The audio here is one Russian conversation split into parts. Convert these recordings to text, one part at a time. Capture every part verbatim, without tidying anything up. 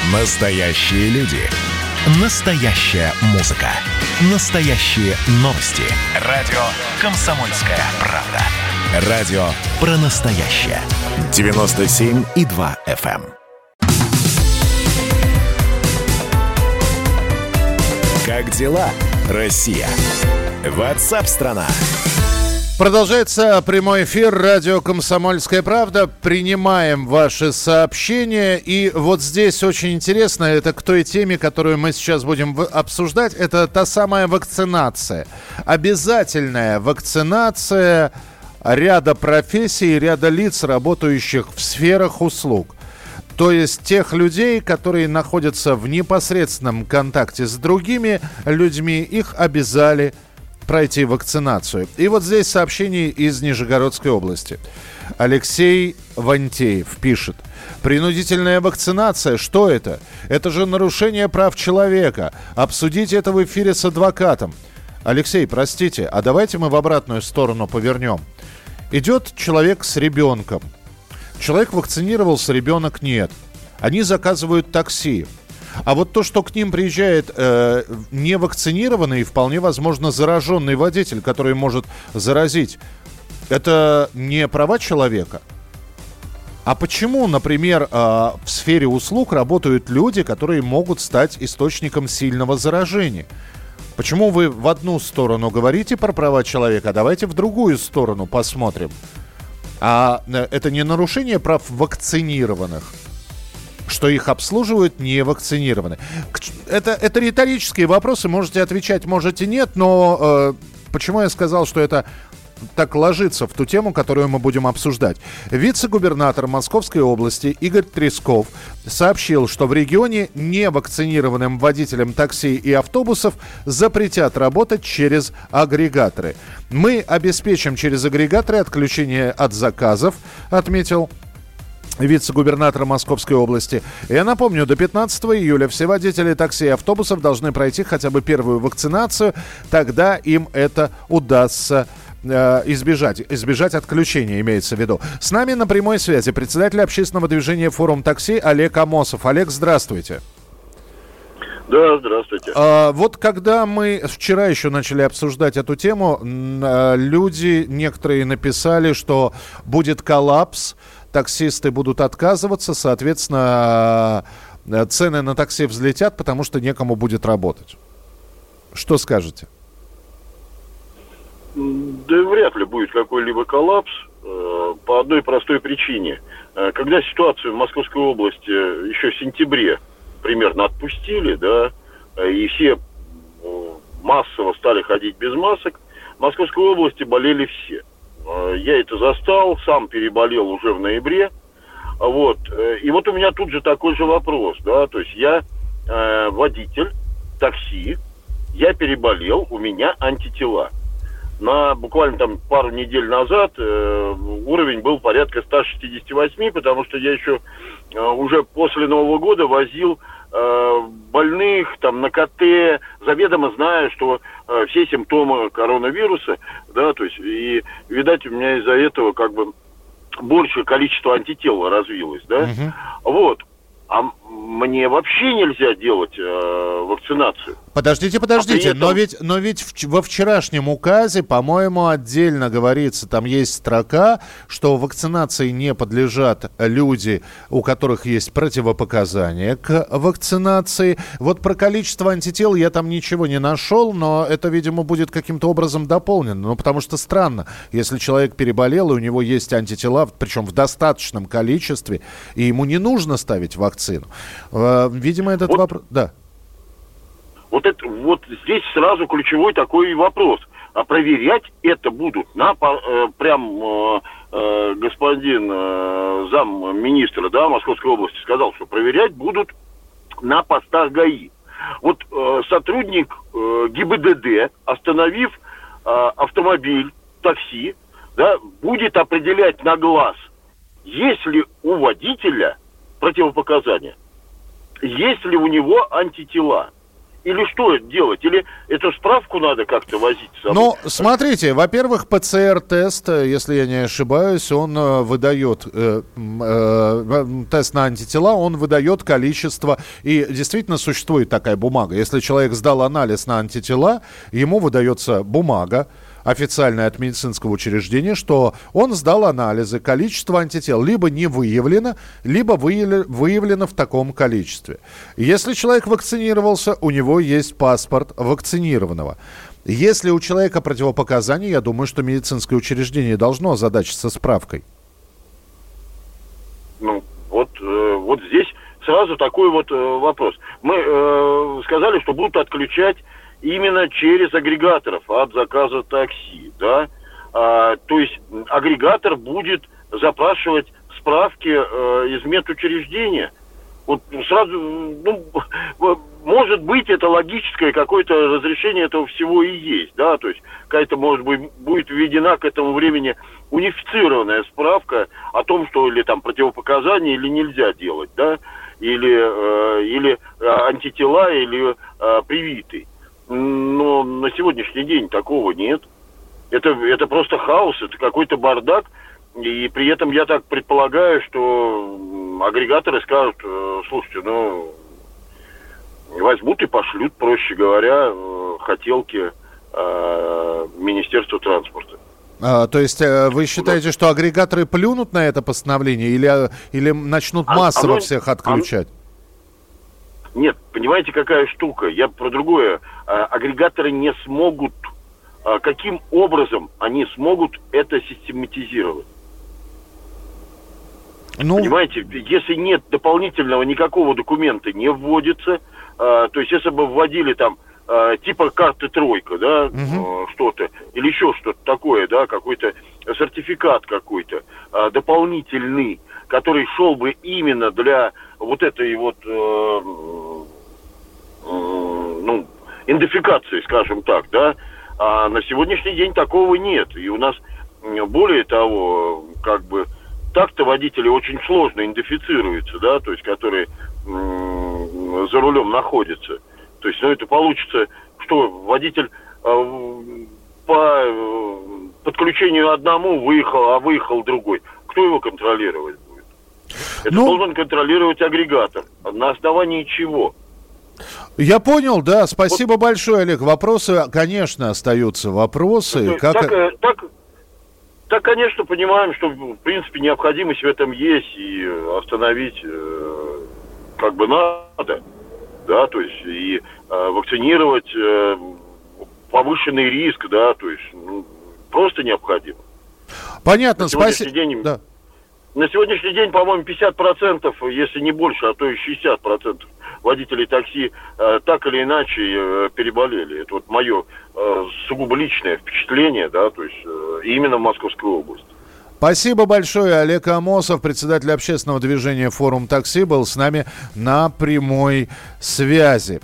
Настоящие люди. Настоящая музыка. Настоящие новости. Радио «Комсомольская правда». Радио про настоящее. девяносто семь и два эф эм. Как дела, Россия? Ватсап-страна! Продолжается прямой эфир радио «Комсомольская правда». Принимаем ваши сообщения. И вот здесь очень интересно, это к той теме, которую мы сейчас будем обсуждать, это та самая вакцинация. Обязательная вакцинация ряда профессий, ряда лиц, работающих в сферах услуг. То есть тех людей, которые находятся в непосредственном контакте с другими людьми, их обязали пройти вакцинацию. И вот здесь сообщение из Нижегородской области. Алексей Вантеев пишет. Принудительная вакцинация, что это? Это же нарушение прав человека. Обсудите это в эфире с адвокатом. Алексей, простите, а давайте мы в обратную сторону повернем. Идет человек с ребенком. Человек вакцинировался, ребенок нет. Они заказывают такси. А вот то, что к ним приезжает э, невакцинированный и вполне возможно зараженный водитель, который может заразить, это не права человека? А почему, например, э, в сфере услуг работают люди, которые могут стать источником сильного заражения? Почему вы в одну сторону говорите про права человека, а давайте в другую сторону посмотрим? А это не нарушение прав вакцинированных, что их обслуживают невакцинированные? Это, это риторические вопросы, можете отвечать, можете нет, но э, почему я сказал, что это так ложится в ту тему, которую мы будем обсуждать? Вице-губернатор Московской области Игорь Тресков сообщил, что в регионе невакцинированным водителям такси и автобусов запретят работать через агрегаторы. Мы обеспечим через агрегаторы отключение от заказов, отметил вице-губернатора Московской области. Я напомню, до пятнадцатого июля все водители такси и автобусов должны пройти хотя бы первую вакцинацию, тогда им это удастся э, избежать. Избежать отключения, имеется в виду. С нами на прямой связи председатель общественного движения «Форум такси» Олег Амосов. Олег, здравствуйте. Да, здравствуйте. А, вот когда мы вчера еще начали обсуждать эту тему, люди некоторые написали, что будет коллапс, таксисты будут отказываться, соответственно, цены на такси взлетят, потому что некому будет работать. Что скажете? Да вряд ли будет какой-либо коллапс, по одной простой причине. Когда ситуацию в Московской области еще в сентябре примерно отпустили, да, и все массово стали ходить без масок, в Московской области болели все. Я это застал, сам переболел уже в ноябре. Вот. И вот у меня тут же такой же вопрос, да, то есть я э, водитель такси, я переболел, у меня антитела. На буквально там пару недель назад э, уровень был порядка сто шестьдесят восемь, потому что я еще э, уже после Нового года возил э, больных там на ка тэ, заведомо зная, что э, все симптомы коронавируса, да, то есть, и, видать, у меня из-за этого как бы большее количество антител развилось, да, uh-huh. Вот. А мне вообще нельзя делать э, вакцинацию. Подождите, подождите, а этом... но ведь, но ведь в, во вчерашнем указе, по-моему, отдельно говорится, там есть строка, что вакцинации не подлежат люди, у которых есть противопоказания к вакцинации. Вот про количество антител я там ничего не нашел, но это, видимо, будет каким-то образом дополнено. Ну, потому что странно, если человек переболел, и у него есть антитела, причем в достаточном количестве, и ему не нужно ставить вакцину. Видимо, этот вот, вопрос... Да. Вот, это, вот здесь сразу ключевой такой вопрос. А проверять это будут на э, прям э, э, господин э, замминистра, да, Московской области сказал, что проверять будут на постах ГАИ. Вот э, сотрудник э, гэ бэ дэ дэ, остановив э, автомобиль, такси, да, будет определять на глаз, есть ли у водителя противопоказания, есть ли у него антитела. Или что делать? Или эту справку надо как-то возить с собой? Ну, смотрите, во-первых, ПЦР-тест, если я не ошибаюсь, он выдает, э, э, тест на антитела, он выдает количество, и действительно существует такая бумага. Если человек сдал анализ на антитела, ему выдается бумага, официальное от медицинского учреждения, что он сдал анализы, количество антител либо не выявлено, либо выявлено в таком количестве. Если человек вакцинировался, у него есть паспорт вакцинированного. Если у человека противопоказания, я думаю, что медицинское учреждение должно озадачиться справкой. Ну, вот, э, вот здесь сразу такой вот э, вопрос. Мы э, сказали, что будут отключать именно через агрегаторов от заказа такси, да, а, то есть агрегатор будет запрашивать справки э, из медучреждения. Вот сразу, ну, может быть, это логическое какое-то разрешение этого всего и есть, да, то есть какая-то, может быть, будет введена к этому времени унифицированная справка о том, что или там противопоказания, или нельзя делать, да, или, э, или антитела, или э, привитый. Но на сегодняшний день такого нет. Это, это просто хаос, это какой-то бардак. И при этом я так предполагаю, что агрегаторы скажут, слушайте, ну, возьмут и пошлют, проще говоря, хотелки э, Министерства транспорта. А, то есть вы считаете, что агрегаторы плюнут на это постановление или, или начнут массово оно, всех отключать? Оно... Нет, понимаете, какая штука? Я про другое. А, агрегаторы не смогут, а, каким образом они смогут это систематизировать? Ну... Понимаете, если нет дополнительного никакого документа не вводится, а, то есть если бы вводили там а, типа карты тройка, да, угу. а, что-то, или еще что-то такое, да, какой-то сертификат какой-то а, дополнительный, который шел бы именно для вот этой вот, э, э, ну, идентификации, скажем так, да, а на сегодняшний день такого нет. И у нас, более того, как бы, так-то водители очень сложно идентифицируются, да, то есть, которые э, за рулем находятся. То есть, ну, это получится, что водитель э, по э, подключению одному выехал, а выехал другой. Кто его контролировать будет? Это ну, должен контролировать агрегатор. На основании чего? Я понял, да. Спасибо вот. большое, Олег. Вопросы, конечно, остаются вопросы. Так, как... так, так, так, конечно, понимаем, что, в принципе, необходимость в этом есть, и остановить э, как бы надо. Да, то есть, и э, вакцинировать э, повышенный риск, да, то есть, ну, просто необходимо. Понятно, спасибо. День... Да. На сегодняшний день, по-моему, пятьдесят процентов, если не больше, а то и шестьдесят процентов водителей такси э, так или иначе э, переболели. Это вот мое э, сугубо личное впечатление, да, то есть э, именно в Московской области. Спасибо большое. Олег Амосов, председатель общественного движения «Форум такси», был с нами на прямой связи.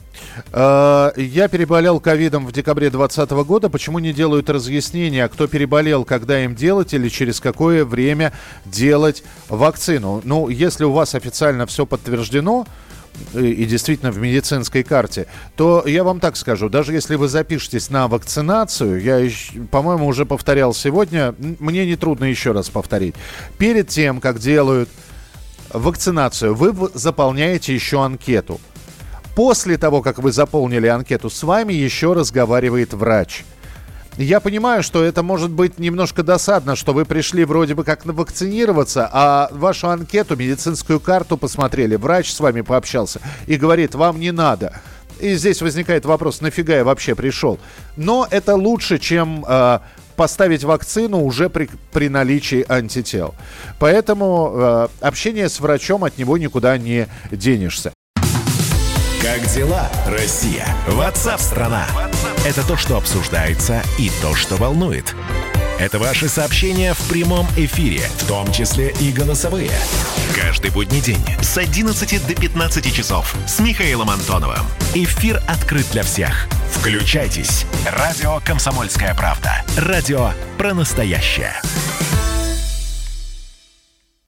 Я переболел ковидом в декабре двадцатого года. Почему не делают разъяснения, а кто переболел, когда им делать или через какое время делать вакцину? Ну, если у вас официально все подтверждено, и действительно в медицинской карте, то я вам так скажу, даже если вы запишетесь на вакцинацию, я, по-моему, уже повторял сегодня, мне нетрудно еще раз повторить, перед тем, как делают вакцинацию, вы заполняете еще анкету. После того, как вы заполнили анкету, с вами еще разговаривает врач. Я понимаю, что это может быть немножко досадно, что вы пришли вроде бы как вакцинироваться, а вашу анкету, медицинскую карту посмотрели, врач с вами пообщался и говорит, вам не надо. И здесь возникает вопрос, нафига я вообще пришел? Но это лучше, чем э, поставить вакцину уже при, при наличии антител. Поэтому э, общение с врачом, от него никуда не денешься. Как дела, Россия? WhatsApp-страна! Это то, что обсуждается и то, что волнует. Это ваши сообщения в прямом эфире, в том числе и голосовые. Каждый будний день с одиннадцати до пятнадцати часов с Михаилом Антоновым. Эфир открыт для всех. Включайтесь. Радио «Комсомольская правда». Радио про настоящее.